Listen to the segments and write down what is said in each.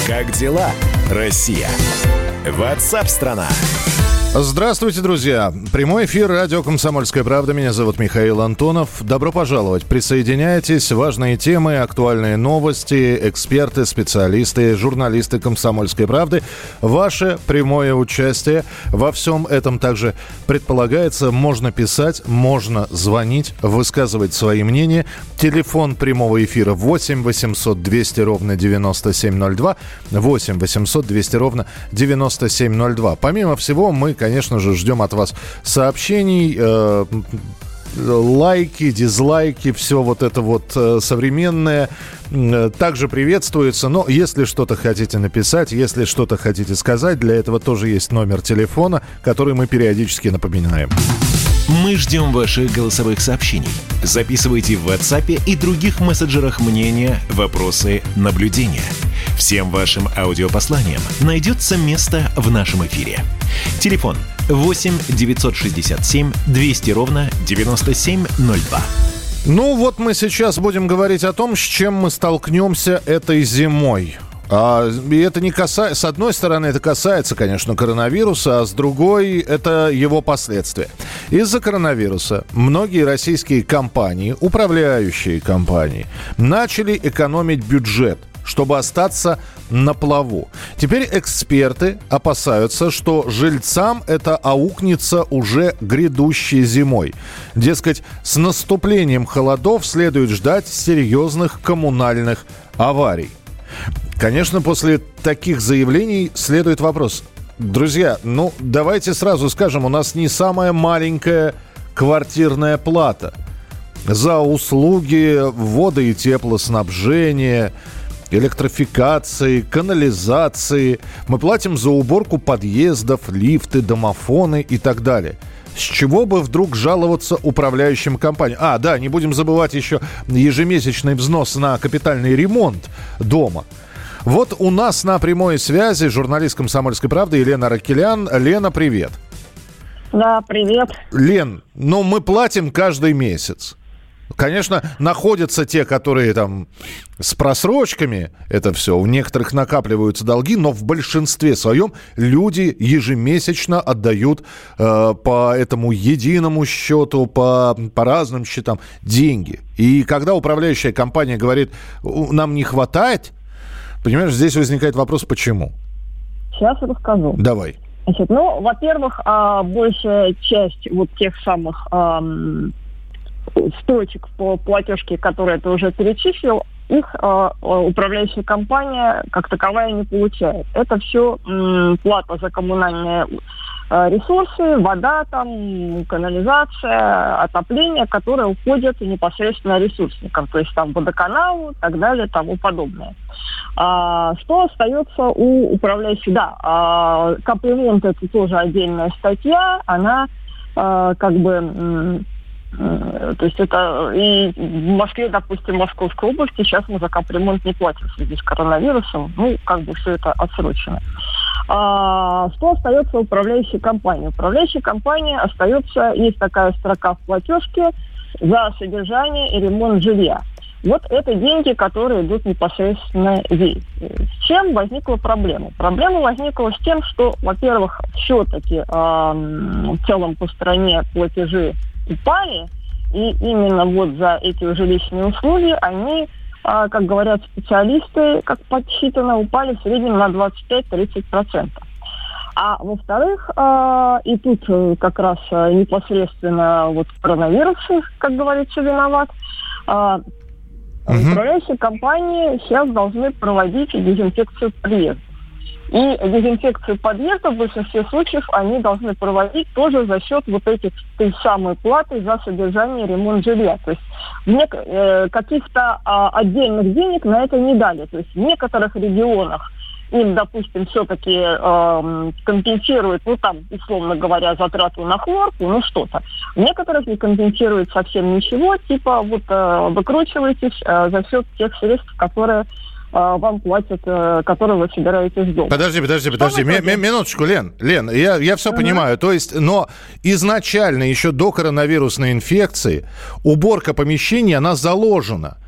Как дела, Россия? WhatsApp-страна. Здравствуйте, друзья. Прямой эфир радио «Комсомольская правда». Меня зовут Михаил Антонов. Добро пожаловать. Присоединяйтесь. Важные темы, актуальные новости, эксперты, специалисты, журналисты «Комсомольской правды». Ваше прямое участие во всем этом также предполагается. Можно писать, можно звонить, высказывать свои мнения. Телефон прямого эфира 8 800 200 ровно 9702. 8 800 200 ровно 9702. Помимо всего, мы, конечно же, ждем от вас сообщений, лайки, дизлайки, все вот это вот современное также приветствуется. Но если что-то хотите написать, если что-то хотите сказать, для этого тоже есть номер телефона, который мы периодически напоминаем. Мы ждем ваших голосовых сообщений. Записывайте в WhatsApp и других мессенджерах мнения, вопросы, наблюдения. Всем вашим аудиопосланиям найдется место в нашем эфире. Телефон 8 967 200 ровно 9702. Ну вот мы сейчас будем говорить о том, с чем мы столкнемся этой зимой. И это не касается, с одной стороны, это касается, конечно, коронавируса, а с другой, это его последствия. Из-за коронавируса многие российские компании, управляющие компании, начали экономить бюджет, чтобы остаться на плаву. Теперь эксперты опасаются, что жильцам это аукнется уже грядущей зимой. Дескать, с наступлением холодов следует ждать серьезных коммунальных аварий. Конечно, после таких заявлений следует вопрос. Друзья, давайте сразу скажем, у нас не самая маленькая квартирная плата. За услуги вода- и теплоснабжения, электрификации, канализации. Мы платим за уборку подъездов, лифты, домофоны и так далее. С чего бы вдруг жаловаться управляющим компаниям? Не будем забывать еще ежемесячный взнос на капитальный ремонт дома. Вот у нас на прямой связи журналист «Комсомольской правды» Елена Аракелян. Лена, привет. Да, привет. Лен, мы платим каждый месяц. Конечно, находятся те, которые там с просрочками, это все, у некоторых накапливаются долги, но в большинстве своем люди ежемесячно отдают по этому единому счету, по разным счетам деньги. И когда управляющая компания говорит, нам не хватает, понимаешь, здесь возникает вопрос, почему? Сейчас расскажу. Давай. Значит, во-первых, большая часть вот тех самых строчек по платежке, которые ты уже перечислил, их управляющая компания как таковая не получает. Это все плата за коммунальные ресурсы, вода, канализация, отопление, которые уходят непосредственно ресурсникам, то есть водоканалу и так далее, тому подобное. Что остается у управляющей? Да, капремонт — это тоже отдельная статья, она то есть это и в Москве, допустим, в Московской области сейчас мы за капремонт не платим в связи с коронавирусом. Все это отсрочено. Что остается управляющей компании? Управляющей компании остается, есть такая строка в платежке за содержание и ремонт жилья. Вот это деньги, которые идут непосредственно ей. С чем возникла проблема? Проблема возникла с тем, что, во-первых, все-таки в целом по стране платежи упали, и именно за эти жилищные услуги они, как говорят специалисты, как подсчитано, упали в среднем на 25-30%. А во-вторых, и тут как раз непосредственно коронавирус, как говорится, виноват, управляющие компании сейчас должны проводить дезинфекцию подъездов. И дезинфекцию подъезда в большинстве случаев они должны проводить тоже за счет той самой платы за содержание и ремонт жилья. То есть каких-то отдельных денег на это не дали. То есть в некоторых регионах им, допустим, все-таки компенсируют, условно говоря, затрату на хлорку, что-то. В некоторых не компенсируют совсем ничего, выкручиваетесь за счет тех средств, которые вам платят, которые вы собираете из дома. Подожди. Минуточку, Лен, я все понимаю. То есть, но изначально, еще до коронавирусной инфекции, уборка помещений, она заложена.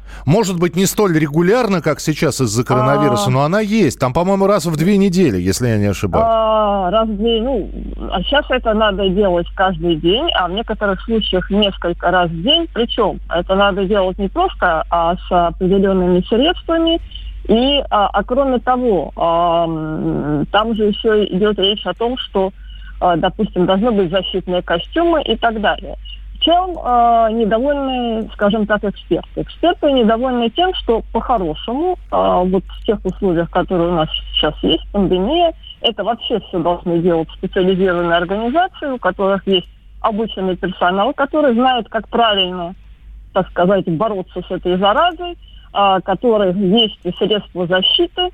Может быть, не столь регулярно, как сейчас из-за коронавируса, но она есть. Там, по-моему, раз в 2 недели, если я не ошибаюсь. Раз в 2, а сейчас это надо делать каждый день, а в некоторых случаях несколько раз в день. Причем это надо делать не просто, а с определенными средствами. И, кроме того, там же еще идет речь о том, что, допустим, должны быть защитные костюмы и так далее. Чем недовольны, скажем так, эксперты? Эксперты недовольны тем, что по-хорошему, вот в тех условиях, которые у нас сейчас есть, пандемия, это вообще все должны делать специализированные организации, у которых есть обученный персонал, который знает, как правильно, так сказать, бороться с этой заразой, которых есть и средства защиты.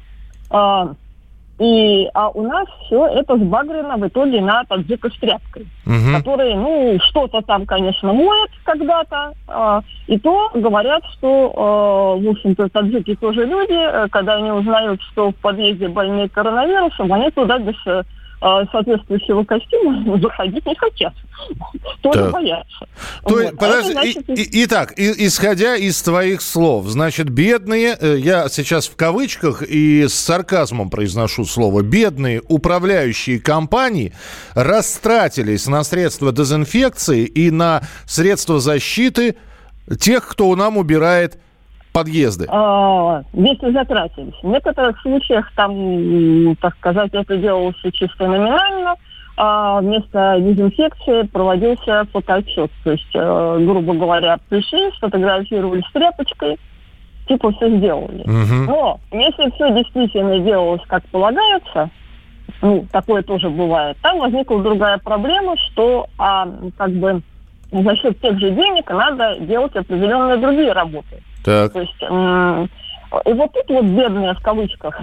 А у нас все это сбагрено в итоге на таджиков с тряпкой, которые, что-то там, конечно, моют когда-то, и то говорят, что, в общем-то, таджики тоже люди, когда они узнают, что в подъезде больные коронавирусом, они туда без соответствующего костюма заходить не хотят. Тоже боятся. Подожди, итак, исходя из твоих слов, значит, бедные, я сейчас в кавычках и с сарказмом произношу слово, бедные управляющие компании растратились на средства дезинфекции и на средства защиты тех, кто нам убирает подъезды. Если затратились. В некоторых случаях там, так сказать, это делалось чисто номинально. Вместо дезинфекции проводился фотоотчет. То есть, грубо говоря, пришли, сфотографировали с тряпочкой, типа все сделали. Но если все действительно делалось как полагается, такое тоже бывает, там возникла другая проблема, что за счет тех же денег надо делать определенные другие работы. Так. То есть, и вот тут вот бедные в кавычках,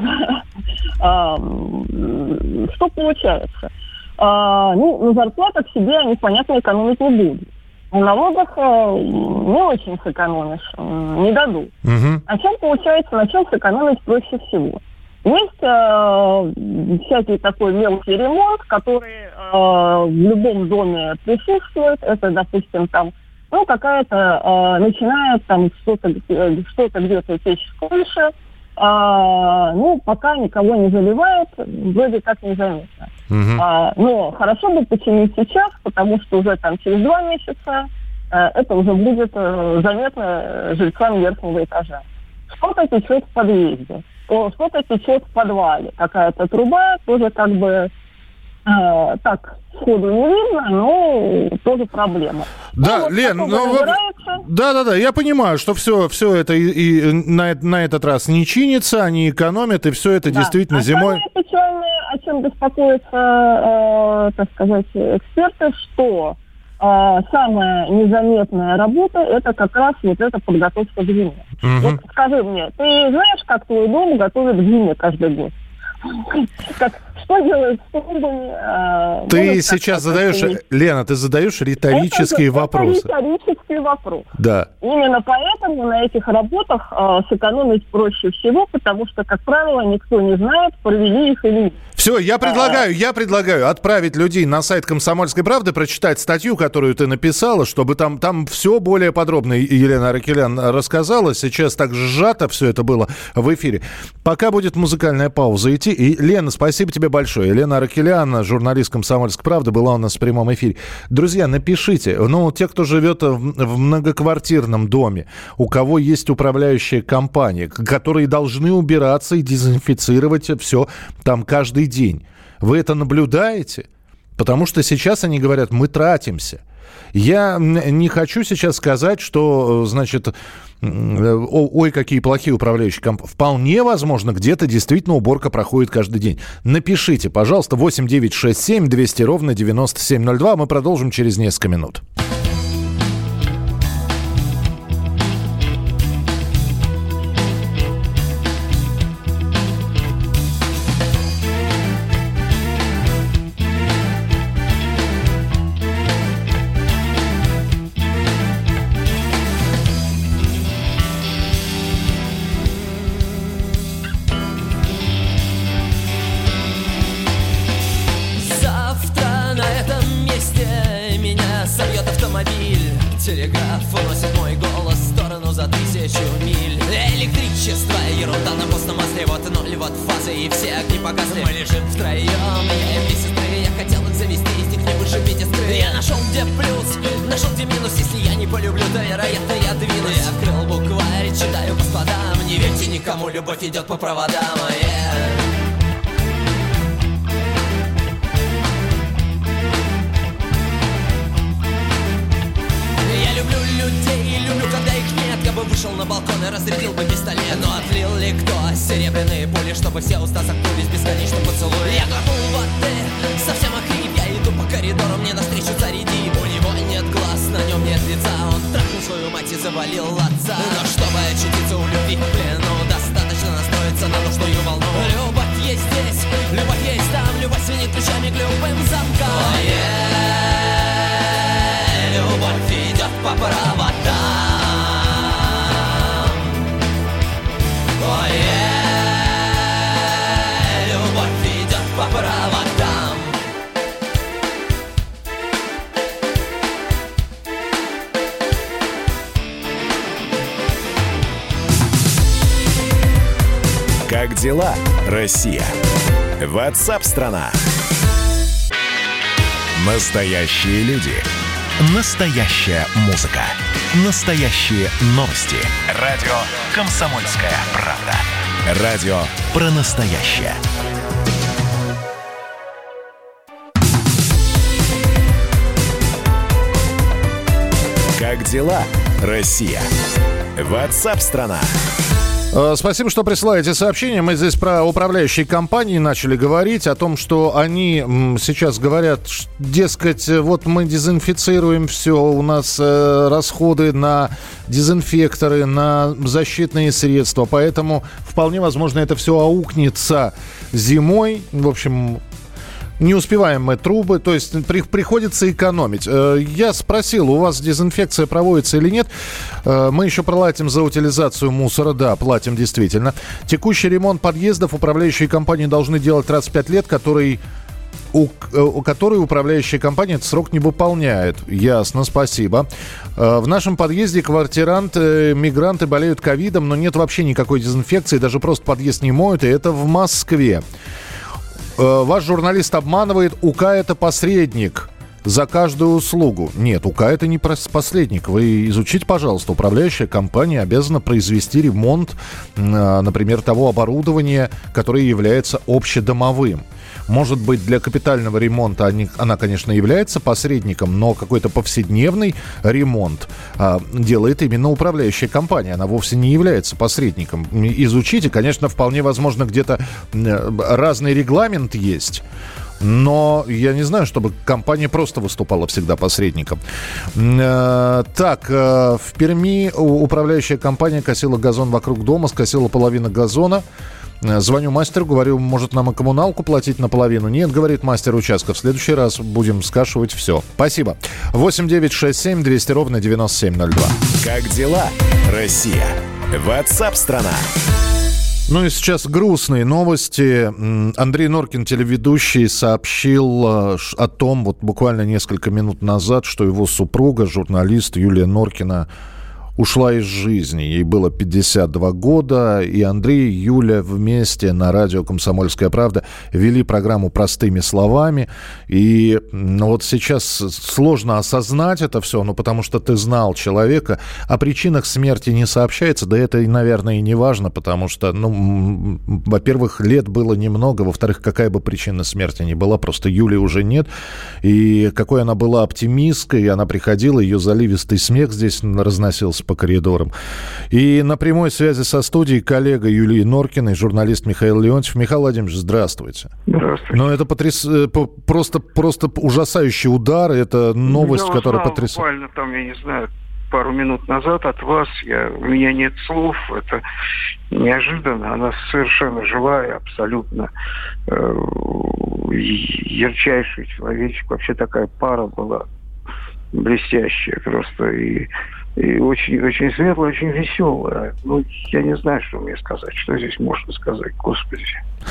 что получается? На зарплатах себе они, понятно, экономить не будут. На налогах не очень сэкономишь, не дадут. А чем получается, на чем сэкономить проще всего? Есть всякий такой мелкий ремонт, который в любом доме присутствует. Это, допустим, там какая-то начинает там что-то где-то течь с крыши, пока никого не заливает, вроде как незаметно. Но хорошо бы починить сейчас, потому что уже там через 2 месяца это уже будет заметно жильцам верхнего этажа. Что-то течет в подъезде, что-то течет в подвале, какая-то труба, тоже как бы так сходу не видно, но тоже проблема. Да, Лен, да, я понимаю, что все это и на этот раз не чинится, они экономят, и все это действительно зимой. Самое печальное, о чем беспокоятся, так сказать, эксперты, что самая незаметная работа – это как раз вот эта подготовка к зиме. Вот скажи мне, ты знаешь, как твой дом готовит к зиме каждый год? Что делают с трубами? Ты сейчас задаешь, Лена, ты задаешь риторические вопросы. Это риторический вопрос. Да. Именно поэтому на этих работах сэкономить проще всего, потому что, как правило, никто не знает, провели их или нет. Все, я предлагаю отправить людей на сайт «Комсомольской правды», прочитать статью, которую ты написала, чтобы там все более подробно Елена Аракелян рассказала. Сейчас так сжато все это было в эфире. Пока будет музыкальная пауза идти. И, Лена, спасибо тебе большое. Елена Аракелян, журналист «Комсомольской правды», была у нас в прямом эфире. Друзья, напишите. Те, кто живет в многоквартирном доме, у кого есть управляющая компания, которые должны убираться и дезинфицировать все там каждый день. Вы это наблюдаете? Потому что сейчас они говорят, мы тратимся. Я не хочу сейчас сказать, что, значит, ой, какие плохие управляющие компании. Вполне возможно, где-то действительно уборка проходит каждый день. Напишите, пожалуйста, 8 9 6 7 200 ровно 9702. Мы продолжим через несколько минут. Завтра на этом месте меня собьет автомобиль. миль. Электричество, ерунда на постном масле. Вот ноль, вот фазы и все огни погасли. Мы лежим втроем, я и две сестры. Я хотел их завести, из них не вышибить искры. Я нашел где плюс, нашел где минус. Если я не полюблю, то вероятно я двинусь. Я открыл букварь, читаю по складам. Не верьте никому, любовь идет по проводам. Я люблю людей, люблю, когда их нет. Я бы вышел на балкон и разрядил бы пистолет. Но отлил ли кто серебряные пули, чтобы все уста заткнулись бесконечно поцелуй? Я глотнул воды, совсем охрип. Я иду по коридору, мне навстречу царит дип. У него нет глаз, на нем нет лица. Он трахнул свою мать и завалил отца. Но чтобы очутиться у любви в плену, достаточно настроиться на нужную волну. Любовь есть здесь, любовь есть там. Любовь звенит ключами к любым замкам. Любовь идет по проводам. Любовь идет по проводам. Как дела, Россия? WhatsApp-страна. Настоящие люди. Настоящая музыка. Настоящие новости. Радио «Комсомольская правда». Радио про настоящее. Как дела, Россия? WhatsApp-страна. Спасибо, что присылаете сообщения. Мы здесь про управляющие компании начали говорить, о том, что они сейчас говорят, дескать, вот мы дезинфицируем все, у нас расходы на дезинфекторы, на защитные средства, поэтому вполне возможно это все аукнется зимой. В общем, не успеваем мы трубы, то есть приходится экономить. Я спросил, у вас дезинфекция проводится или нет. Мы еще платим за утилизацию мусора. Да, платим действительно. Текущий ремонт подъездов управляющие компании должны делать раз в 5 лет, который управляющая компания этот срок не выполняет. Ясно, спасибо. В нашем подъезде квартиранты, мигранты болеют ковидом, но нет вообще никакой дезинфекции, даже просто подъезд не моют, и это в Москве. Ваш журналист обманывает, УК – это посредник за каждую услугу. Нет, УК – это не посредник. Вы изучите, пожалуйста. Управляющая компания обязана произвести ремонт, например, того оборудования, которое является общедомовым. Может быть, для капитального ремонта она, конечно, является посредником, но какой-то повседневный ремонт делает именно управляющая компания. Она вовсе не является посредником. Изучите, конечно, вполне возможно, где-то разный регламент есть. Но я не знаю, чтобы компания просто выступала всегда посредником. Так, в Перми управляющая компания косила газон вокруг дома, скосила половину газона. Звоню мастеру, говорю, может нам и коммуналку платить наполовину? Нет, говорит мастер участка, в следующий раз будем скашивать все. Спасибо. 8 200 ровно 9702. Как дела, Россия? WhatsApp-страна. Ну и сейчас грустные новости. Андрей Норкин, телеведущий, сообщил о том, вот буквально несколько минут назад, что его супруга, журналист Юлия Норкина, ушла из жизни. Ей было 52 года, и Андрей и Юля вместе на радио «Комсомольская правда» вели программу «Простыми словами». И вот сейчас сложно осознать это все, потому что ты знал человека. О причинах смерти не сообщается, да это, наверное, и не важно, потому что, во-первых, лет было немного, во-вторых, какая бы причина смерти ни была, просто Юли уже нет. И какой она была оптимисткой, она приходила, ее заливистый смех здесь разносился по коридорам. И на прямой связи со студией коллега Юлии Норкиной, журналист Михаил Леонтьев. Михаил Владимирович, здравствуйте. Здравствуйте. Но это просто ужасающий удар, это новость, которая потрясает. Буквально там, я не знаю, пару минут назад от вас, у меня нет слов, это неожиданно, она совершенно живая, абсолютно ярчайший человечек, вообще такая пара была блестящая просто, и очень, очень светлая, очень веселая. Я не знаю, что мне сказать. Что здесь можно сказать, Господи.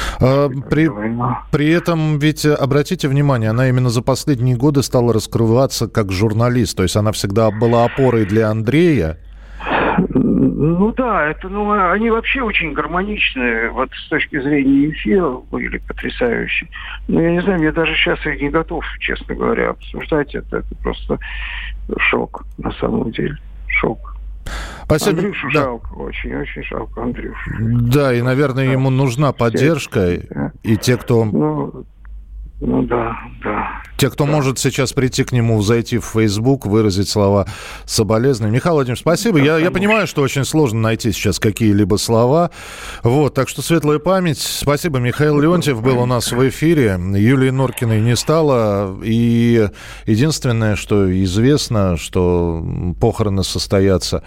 При этом ведь, обратите внимание, она именно за последние годы стала раскрываться как журналист. То есть она всегда была опорой для Андрея. Ну да, они вообще очень гармоничные, вот с точки зрения эфира были потрясающие. Но я не знаю, я даже сейчас их не готов, честно говоря, обсуждать это. Это просто шок, на самом деле. Шок. Спасибо. Андрюшу жалко, очень-очень жалко Андрюшу. Да, и, наверное, ему нужна поддержка, и те, кто... Да. Те, кто может сейчас прийти к нему, зайти в Facebook, выразить слова соболезнования. Михаил Владимирович, спасибо. Я понимаю, что очень сложно найти сейчас какие-либо слова. Вот, так что светлая память. Спасибо. Михаил Леонтьев был у нас в эфире. Юлии Норкиной не стало. И единственное, что известно, что похороны состоятся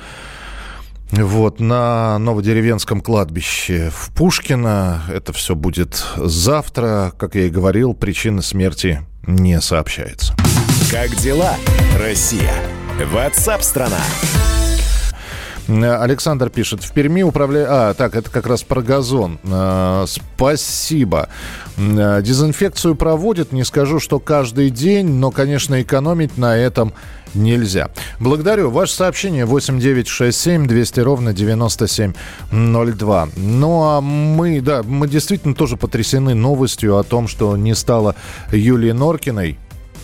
на Новодеревенском кладбище в Пушкино. Это все будет завтра. Как я и говорил, причина смерти не сообщается. Как дела, Россия? WhatsApp-страна. Александр пишет, в Перми управляют... это как раз про газон. Спасибо. Дезинфекцию проводят, не скажу, что каждый день, но, конечно, экономить на этом нельзя. Благодарю. Ваше сообщение 8967-200-97-02. Ну, а мы действительно тоже потрясены новостью о том, что не стало Юлии Норкиной.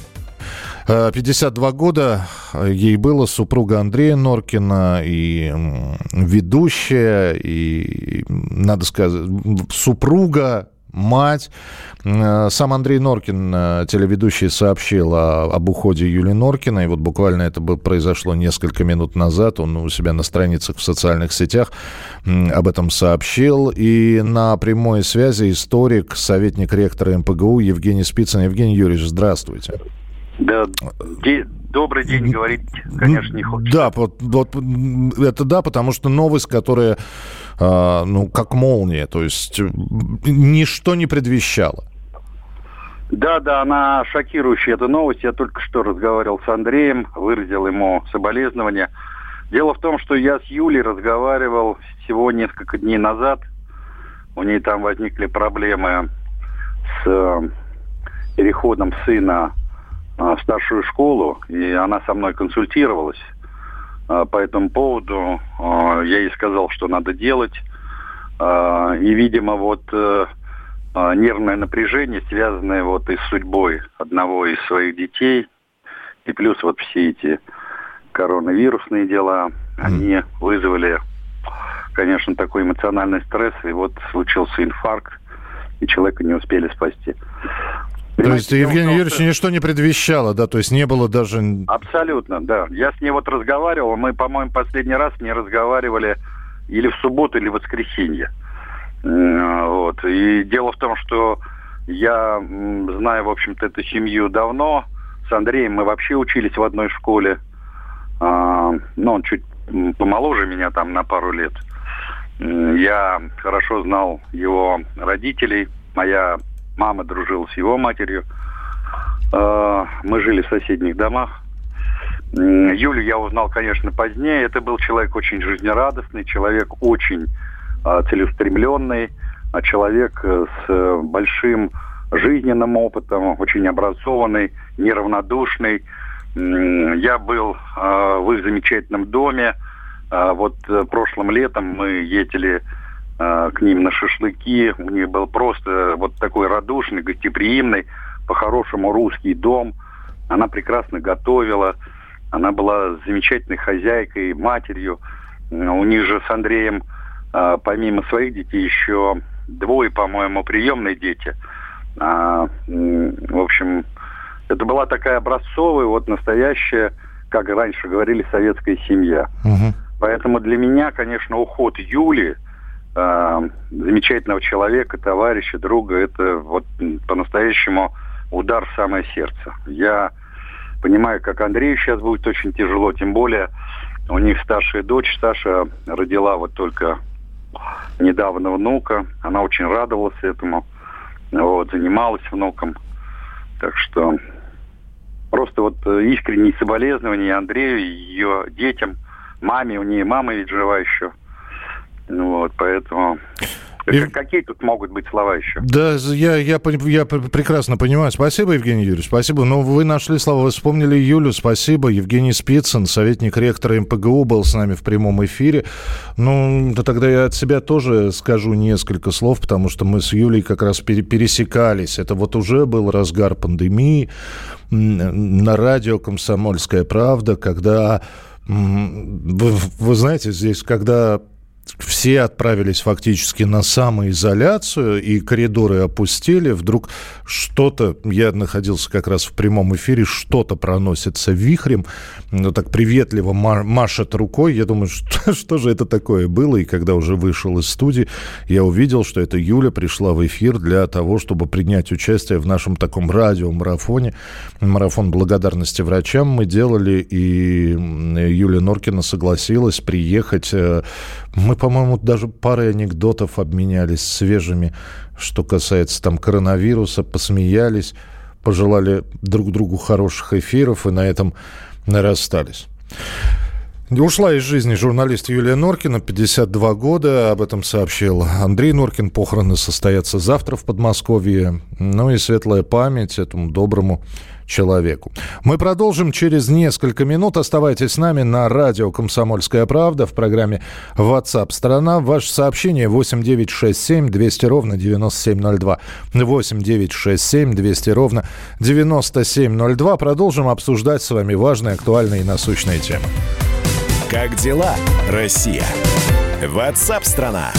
52 года ей было, супруга Андрея Норкина, и ведущая, и, надо сказать, супруга, мать. Сам Андрей Норкин, телеведущий, сообщил об уходе Юлии Норкиной. Вот буквально это произошло несколько минут назад. Он у себя на страницах в социальных сетях об этом сообщил. И на прямой связи историк, советник ректора МПГУ Евгений Спицын. Евгений Юрьевич, здравствуйте. Да, добрый день, говорить, конечно, не хочется. Да, это да, потому что новость, которая, как молния, то есть ничто не предвещало. Да, она шокирующая, эта новость. Я только что разговаривал с Андреем, выразил ему соболезнования. Дело в том, что я с Юлей разговаривал всего несколько дней назад. У нее там возникли проблемы с переходом сына в старшую школу, и она со мной консультировалась по этому поводу. Я ей сказал, что надо делать. И, видимо, нервное напряжение, связанное и с судьбой одного из своих детей, и плюс все эти коронавирусные дела, они вызвали, конечно, такой эмоциональный стресс, и случился инфаркт, и человека не успели спасти. То есть, Евгений Юрьевич, ничто не предвещало, да? То есть не было даже... Абсолютно, да. Я с ней разговаривал. Мы, по-моему, последний раз не разговаривали или в субботу, или в воскресенье. И дело в том, что я знаю, в общем-то, эту семью давно. С Андреем мы вообще учились в одной школе. Он чуть помоложе меня там на пару лет. Я хорошо знал его родителей. Моя мама дружила с его матерью. Мы жили в соседних домах. Юлю я узнал, конечно, позднее. Это был человек очень жизнерадостный, человек очень целеустремленный, человек с большим жизненным опытом, очень образованный, неравнодушный. Я был в их замечательном доме. Прошлым летом мы ездили к ним на шашлыки. У них был просто такой радушный, гостеприимный, по-хорошему русский дом. Она прекрасно готовила. Она была замечательной хозяйкой, матерью. У них же с Андреем, помимо своих детей, еще 2, по-моему, приемные дети. В общем, это была такая образцовая, настоящая, как раньше говорили, советская семья. Угу. Поэтому для меня, конечно, уход Юли, замечательного человека, товарища, друга, это по-настоящему удар в самое сердце. Я понимаю, как Андрею сейчас будет очень тяжело, тем более у них старшая дочь, Саша, родила только недавно внука. Она очень радовалась этому, занималась внуком. Так что просто искренние соболезнования Андрею, ее детям, маме, у нее мама ведь жива еще. Поэтому... Какие тут могут быть слова еще? Да, я прекрасно понимаю. Спасибо, Евгений Юрьевич, спасибо. Но вы нашли слова, вы вспомнили Юлю, спасибо. Евгений Спицын, советник ректора МПГУ, был с нами в прямом эфире. Ну, да тогда я от себя тоже скажу несколько слов, потому что мы с Юлей как раз пересекались. Это вот уже был разгар пандемии на радио «Комсомольская правда», когда, вы знаете, здесь, когда... Все отправились фактически на самоизоляцию, и коридоры опустили. Вдруг что-то, я находился как раз в прямом эфире, что-то проносится вихрем, ну, так приветливо машет рукой. Я думаю, что же это такое было? И когда уже вышел из студии, я увидел, что это Юля пришла в эфир для того, чтобы принять участие в нашем таком радиомарафоне. Марафон благодарности врачам мы делали, и Юлия Норкина согласилась приехать. Мы, по-моему, даже парой анекдотов обменялись свежими, что касается там коронавируса, посмеялись, пожелали друг другу хороших эфиров и на этом расстались. Ушла из жизни журналист Юлия Норкина, 52 года, об этом сообщил Андрей Норкин. Похороны состоятся завтра в Подмосковье. Ну и светлая память этому доброму человеку. Мы продолжим через несколько минут. Оставайтесь с нами на радио «Комсомольская правда» в программе WhatsApp страна. Ваше сообщение 8 967 200 ровно 9702. 8 967 200 ровно 9702. Продолжим обсуждать с вами важные, актуальные и насущные темы. Как дела, Россия? WhatsApp страна.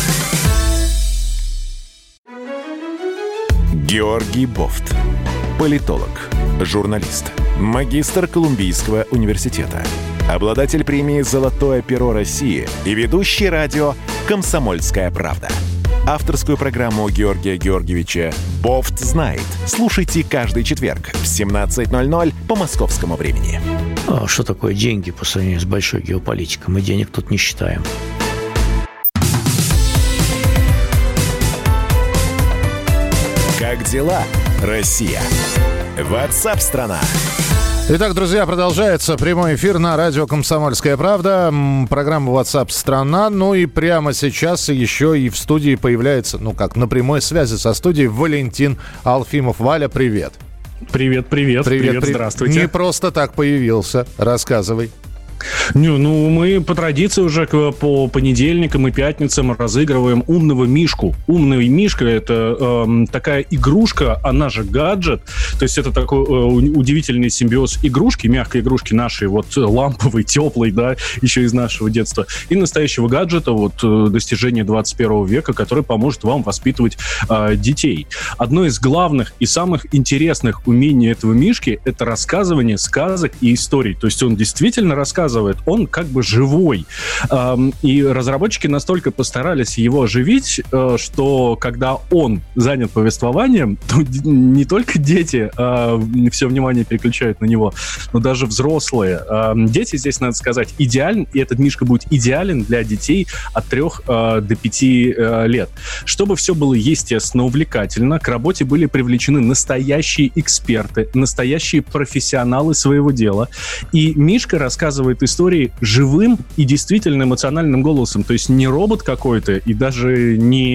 Георгий Бофт. Политолог, журналист, магистр Колумбийского университета, обладатель премии «Золотое перо России» и ведущий радио «Комсомольская правда». Авторскую программу Георгия Георгиевича «Бофт знает». Слушайте каждый четверг в 17:00 по московскому времени. А что такое деньги по сравнению с большой геополитикой? Мы денег тут не считаем. Как дела, Россия? WhatsApp страна. Итак, друзья, продолжается прямой эфир на радио «Комсомольская правда». Программа WhatsApp страна. Ну и прямо сейчас еще и в студии появляется, на прямой связи со студией Валентин Алфимов. Валя, привет. Привет, здравствуйте. Не просто так появился. Рассказывай. Мы по традиции уже по понедельникам и пятницам разыгрываем умного мишку. Умный мишка — это такая игрушка, она же гаджет. То есть это такой удивительный симбиоз игрушки, мягкой игрушки нашей, ламповой, теплой, да, еще из нашего детства, и настоящего гаджета, достижения 21 века, который поможет вам воспитывать детей. Одно из главных и самых интересных умений этого мишки — это рассказывание сказок и историй. То есть он действительно рассказывает, он как бы живой. И разработчики настолько постарались его оживить, что когда он занят повествованием, то не только дети все внимание переключают на него, но даже взрослые. Дети здесь, надо сказать, идеален, и этот мишка будет идеален для детей от 3 до 5 лет. Чтобы все было естественно, увлекательно, к работе были привлечены настоящие эксперты, настоящие профессионалы своего дела. И мишка рассказывает истории живым и действительно эмоциональным голосом. То есть не робот какой-то и даже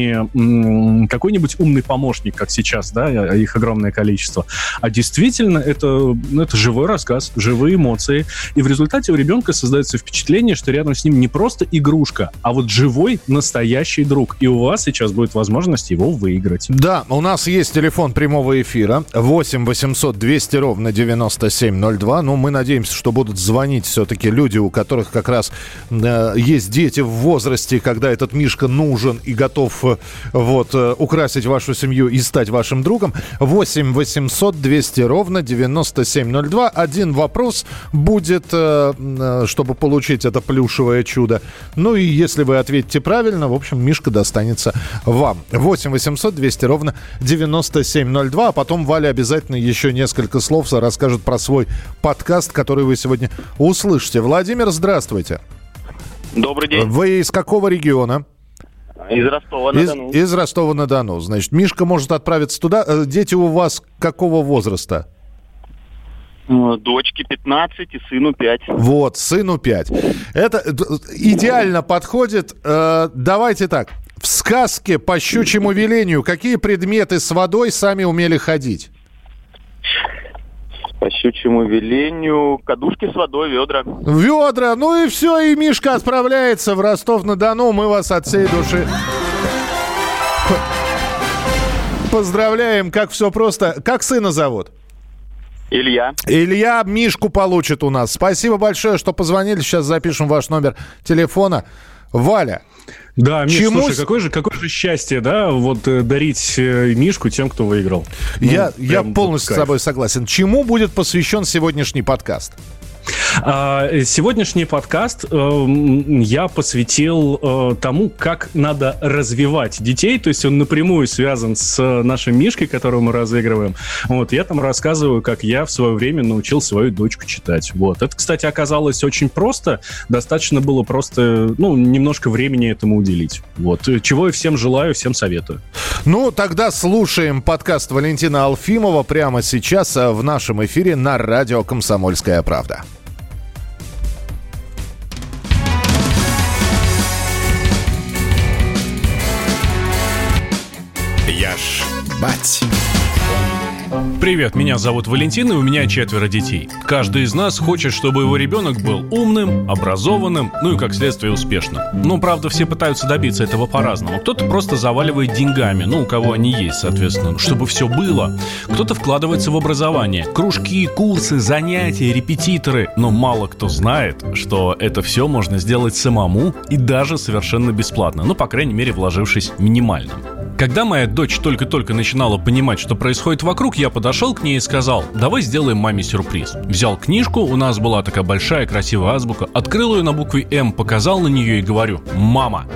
не какой-нибудь умный помощник, как сейчас, да, их огромное количество, а действительно это живой рассказ, живые эмоции. И в результате у ребенка создается впечатление, что рядом с ним не просто игрушка, а живой, настоящий друг. И у вас сейчас будет возможность его выиграть. Да, у нас есть телефон прямого эфира 8 800 200 ровно 9702. Мы надеемся, что будут звонить все-таки люди, у которых как раз есть дети в возрасте, когда этот мишка нужен и готов украсить вашу семью и стать вашим другом. 8 800 200 ровно 9702. Один вопрос будет, чтобы получить это плюшевое чудо. И если вы ответите правильно, в общем, мишка достанется вам. 8 800 200 ровно 9702. А потом Валя обязательно еще несколько слов расскажет про свой подкаст, который вы сегодня услышите. Владимир, здравствуйте. Добрый день. Вы из какого региона? Из Ростова-на-Дону. Из Ростова-на-Дону. Значит, мишка может отправиться туда. Дети у вас какого возраста? Дочке 15 и сыну 5. Сыну 5. Это идеально подходит. Давайте так. В сказке по щучьему велению какие предметы с водой сами умели ходить? По щучьему велению кадушки с водой, ведра. Ведра. Ну и все, и Мишка отправляется в Ростов-на-Дону. Мы вас от всей души поздравляем. Как все просто. Как сына зовут? Илья. Илья Мишку получит у нас. Спасибо большое, что позвонили. Сейчас запишем ваш номер телефона. Валя. Да, Миш, слушай, какое же счастье, да, вот дарить Мишку тем, кто выиграл. Я полностью с тобой согласен. Чему будет посвящен сегодняшний подкаст? Сегодняшний подкаст я посвятил тому, как надо развивать детей. То есть он напрямую связан с нашим Мишкой, которого мы разыгрываем. Вот, я там рассказываю, как я в свое время научил свою дочку читать. Вот. Это, кстати, оказалось очень просто. Достаточно было просто, немножко времени этому уделить. Вот. Чего я всем желаю, всем советую. Ну, тогда слушаем подкаст Валентина Алфимова прямо сейчас в нашем эфире на радио «Комсомольская правда». Я ж бать. Привет, меня зовут Валентин, и у меня 4 детей. Каждый из нас хочет, чтобы его ребенок был умным, образованным, и, как следствие, успешным. Правда, все пытаются добиться этого по-разному. Кто-то просто заваливает деньгами, у кого они есть, соответственно, чтобы все было. Кто-то вкладывается в образование. Кружки, курсы, занятия, репетиторы. Но мало кто знает, что это все можно сделать самому и даже совершенно бесплатно. По крайней мере, вложившись минимально. Когда моя дочь только-только начинала понимать, что происходит вокруг, я подошел к ней и сказал: давай сделаем маме сюрприз. Взял книжку, у нас была такая большая красивая азбука, открыл ее на букве М, показал на нее и говорю: мама.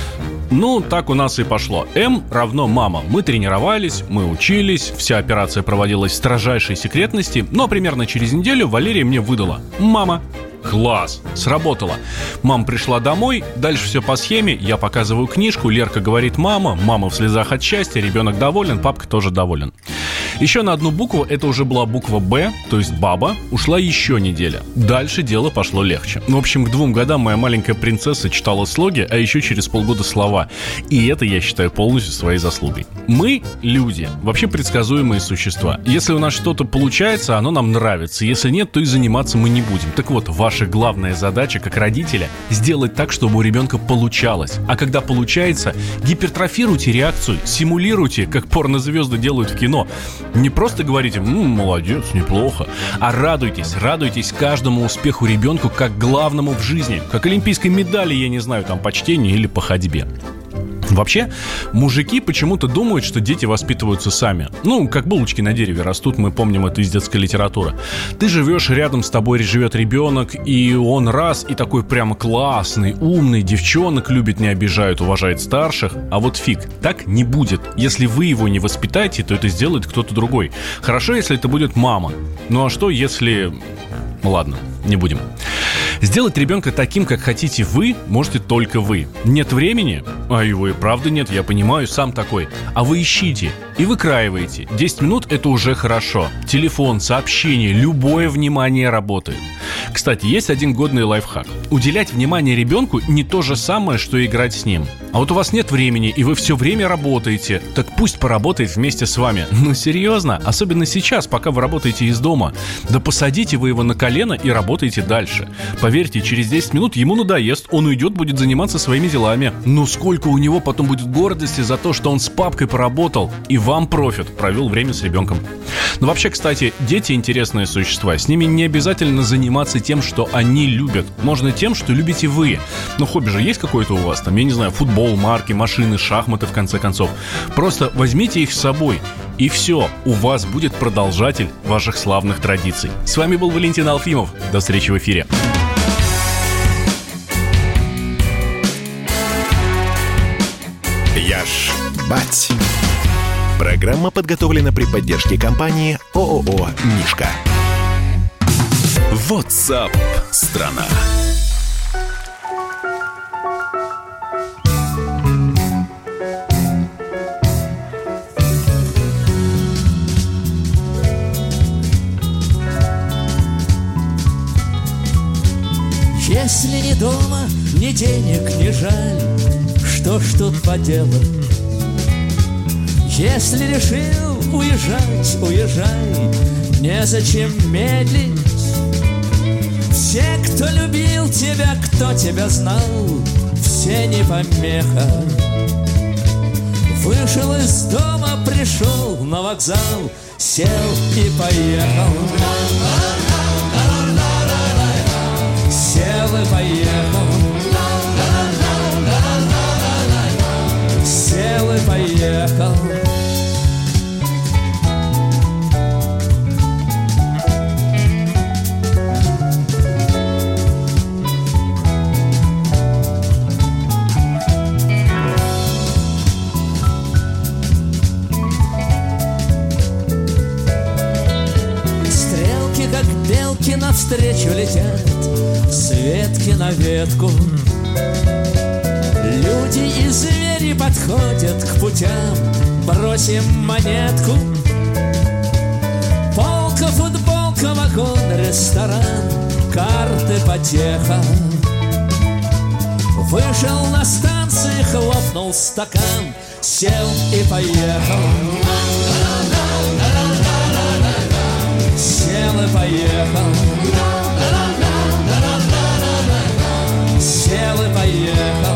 Так у нас и пошло. М равно мама. Мы тренировались, мы учились, вся операция проводилась в строжайшей секретности, но примерно через неделю Валерия мне выдала: мама. Класс, сработало. Мама пришла домой, дальше все по схеме. Я показываю книжку, Лерка говорит: мама. Мама в слезах от счастья, ребенок доволен, папка тоже доволен. Еще на одну букву, это уже была буква Б, то есть баба, ушла еще неделя. Дальше дело пошло легче. В общем, к 2 годам моя маленькая принцесса читала слоги, а еще через полгода слова. И это я считаю полностью своей заслугой. Мы, люди, вообще предсказуемые существа. Если у нас что-то получается, оно нам нравится. Если нет, то и заниматься мы не будем. Так вот, ваша главная задача как родителя — сделать так, чтобы у ребенка получалось. А когда получается, гипертрофируйте реакцию, симулируйте, как порнозвезды делают в кино. Не просто говорите: молодец, неплохо, а радуйтесь каждому успеху ребенку как главному в жизни, как олимпийской медали, я не знаю, по чтению или по ходьбе. Вообще, мужики почему-то думают, что дети воспитываются сами. Как булочки на дереве растут, мы помним это из детской литературы. Ты живешь, рядом с тобой живет ребенок, и он раз, и такой прямо классный, умный, девчонок любит, не обижает, уважает старших. А вот фиг, так не будет. Если вы его не воспитаете, то это сделает кто-то другой. Хорошо, если это будет мама. А что, если... Ладно, не будем. Сделать ребенка таким, как хотите вы, можете только вы. Нет времени? А его и правда нет, я понимаю, сам такой. А вы ищите и выкраиваете. 10 минут — это уже хорошо. Телефон, сообщение, любое внимание работает. Кстати, есть один годный лайфхак. Уделять внимание ребенку не то же самое, что играть с ним. А вот у вас нет времени, и вы все время работаете, так пусть поработает вместе с вами. Серьезно, особенно сейчас, пока вы работаете из дома. Да посадите вы его на колено и работайте дальше. Поверьте, через 10 минут ему надоест, он уйдет, будет заниматься своими делами. Сколько у него потом будет гордости за то, что он с папкой поработал, и вам профит, провел время с ребенком. Вообще, кстати, дети интересные существа. С ними не обязательно заниматься тем, что они любят. Можно тем, что любите вы. Хобби же есть какое-то у вас? Я не знаю, футбол, марки, машины, шахматы, в конце концов. Просто возьмите их с собой. И все, у вас будет продолжатель ваших славных традиций. С вами был Валентин Алфимов. До встречи в эфире. Я ж бать. Программа подготовлена при поддержке компании ООО «Мишка». WhatsApp страна. Если ни дома, ни денег не жаль, что ж тут поделать? Если решил уезжать, уезжай, незачем медлить. Все, кто любил тебя, кто тебя знал, все не помеха. Вышел из дома, пришел на вокзал, сел и поехал. Сел и поехал. Сел и поехал. Стрелки, как белки, навстречу летят, с ветки на ветку. Люди и звери подходят к путям, бросим монетку. Полка, футболка, вагон, ресторан, карты, потеха. Вышел на станции, хлопнул стакан, сел и поехал. Сел и поехал. Сел и поехал.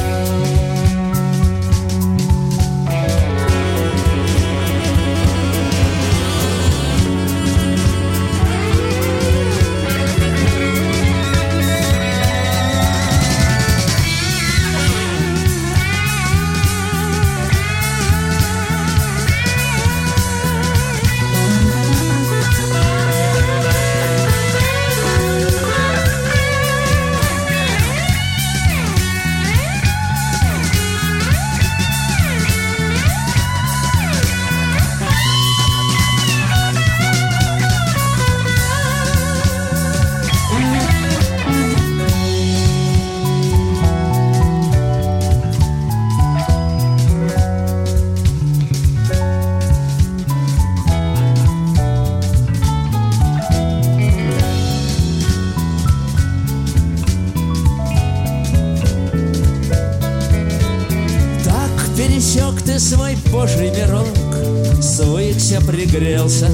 Пересек ты свой божий мирок, свыкся, пригрелся.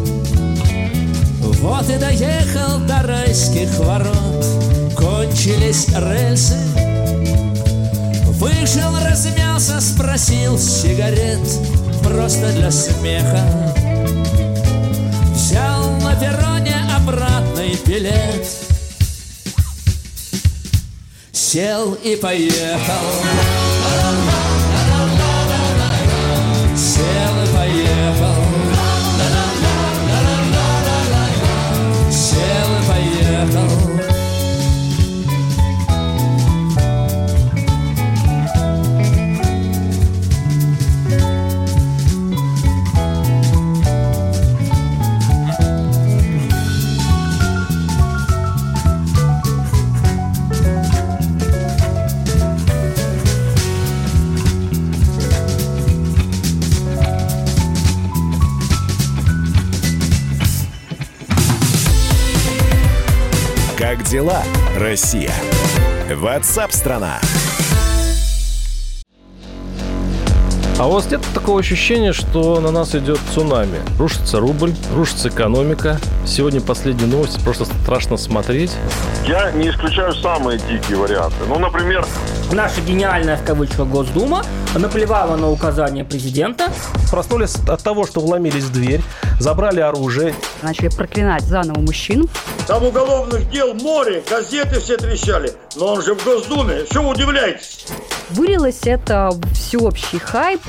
Вот и доехал до райских ворот, кончились рельсы. Вышел, размялся, спросил сигарет, просто для смеха. Взял на перроне обратный билет, сел и поехал. Сел и поехал. Сел и поехал. Как дела, Россия? WhatsApp-страна. А у вас нет такого ощущения, что на нас идет цунами? Рушится рубль, рушится экономика. Сегодня последние новости, просто страшно смотреть. Я не исключаю самые дикие варианты. Ну, например... Наша гениальная, в кавычках, Госдума наплевала на указания президента. Проснулись от того, что вломились в дверь, забрали оружие. Начали проклинать заново мужчин. Там уголовных дел море, газеты все трещали. Но он же в Госдуме, что вы удивляетесь? Вылилось это в всеобщий хайп.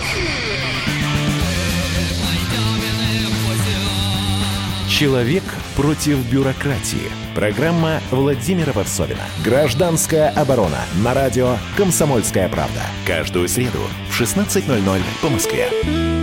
Человек против бюрократии. Программа Владимира Варсовина. Гражданская оборона. На радио «Комсомольская правда». Каждую среду в 16:00 по Москве.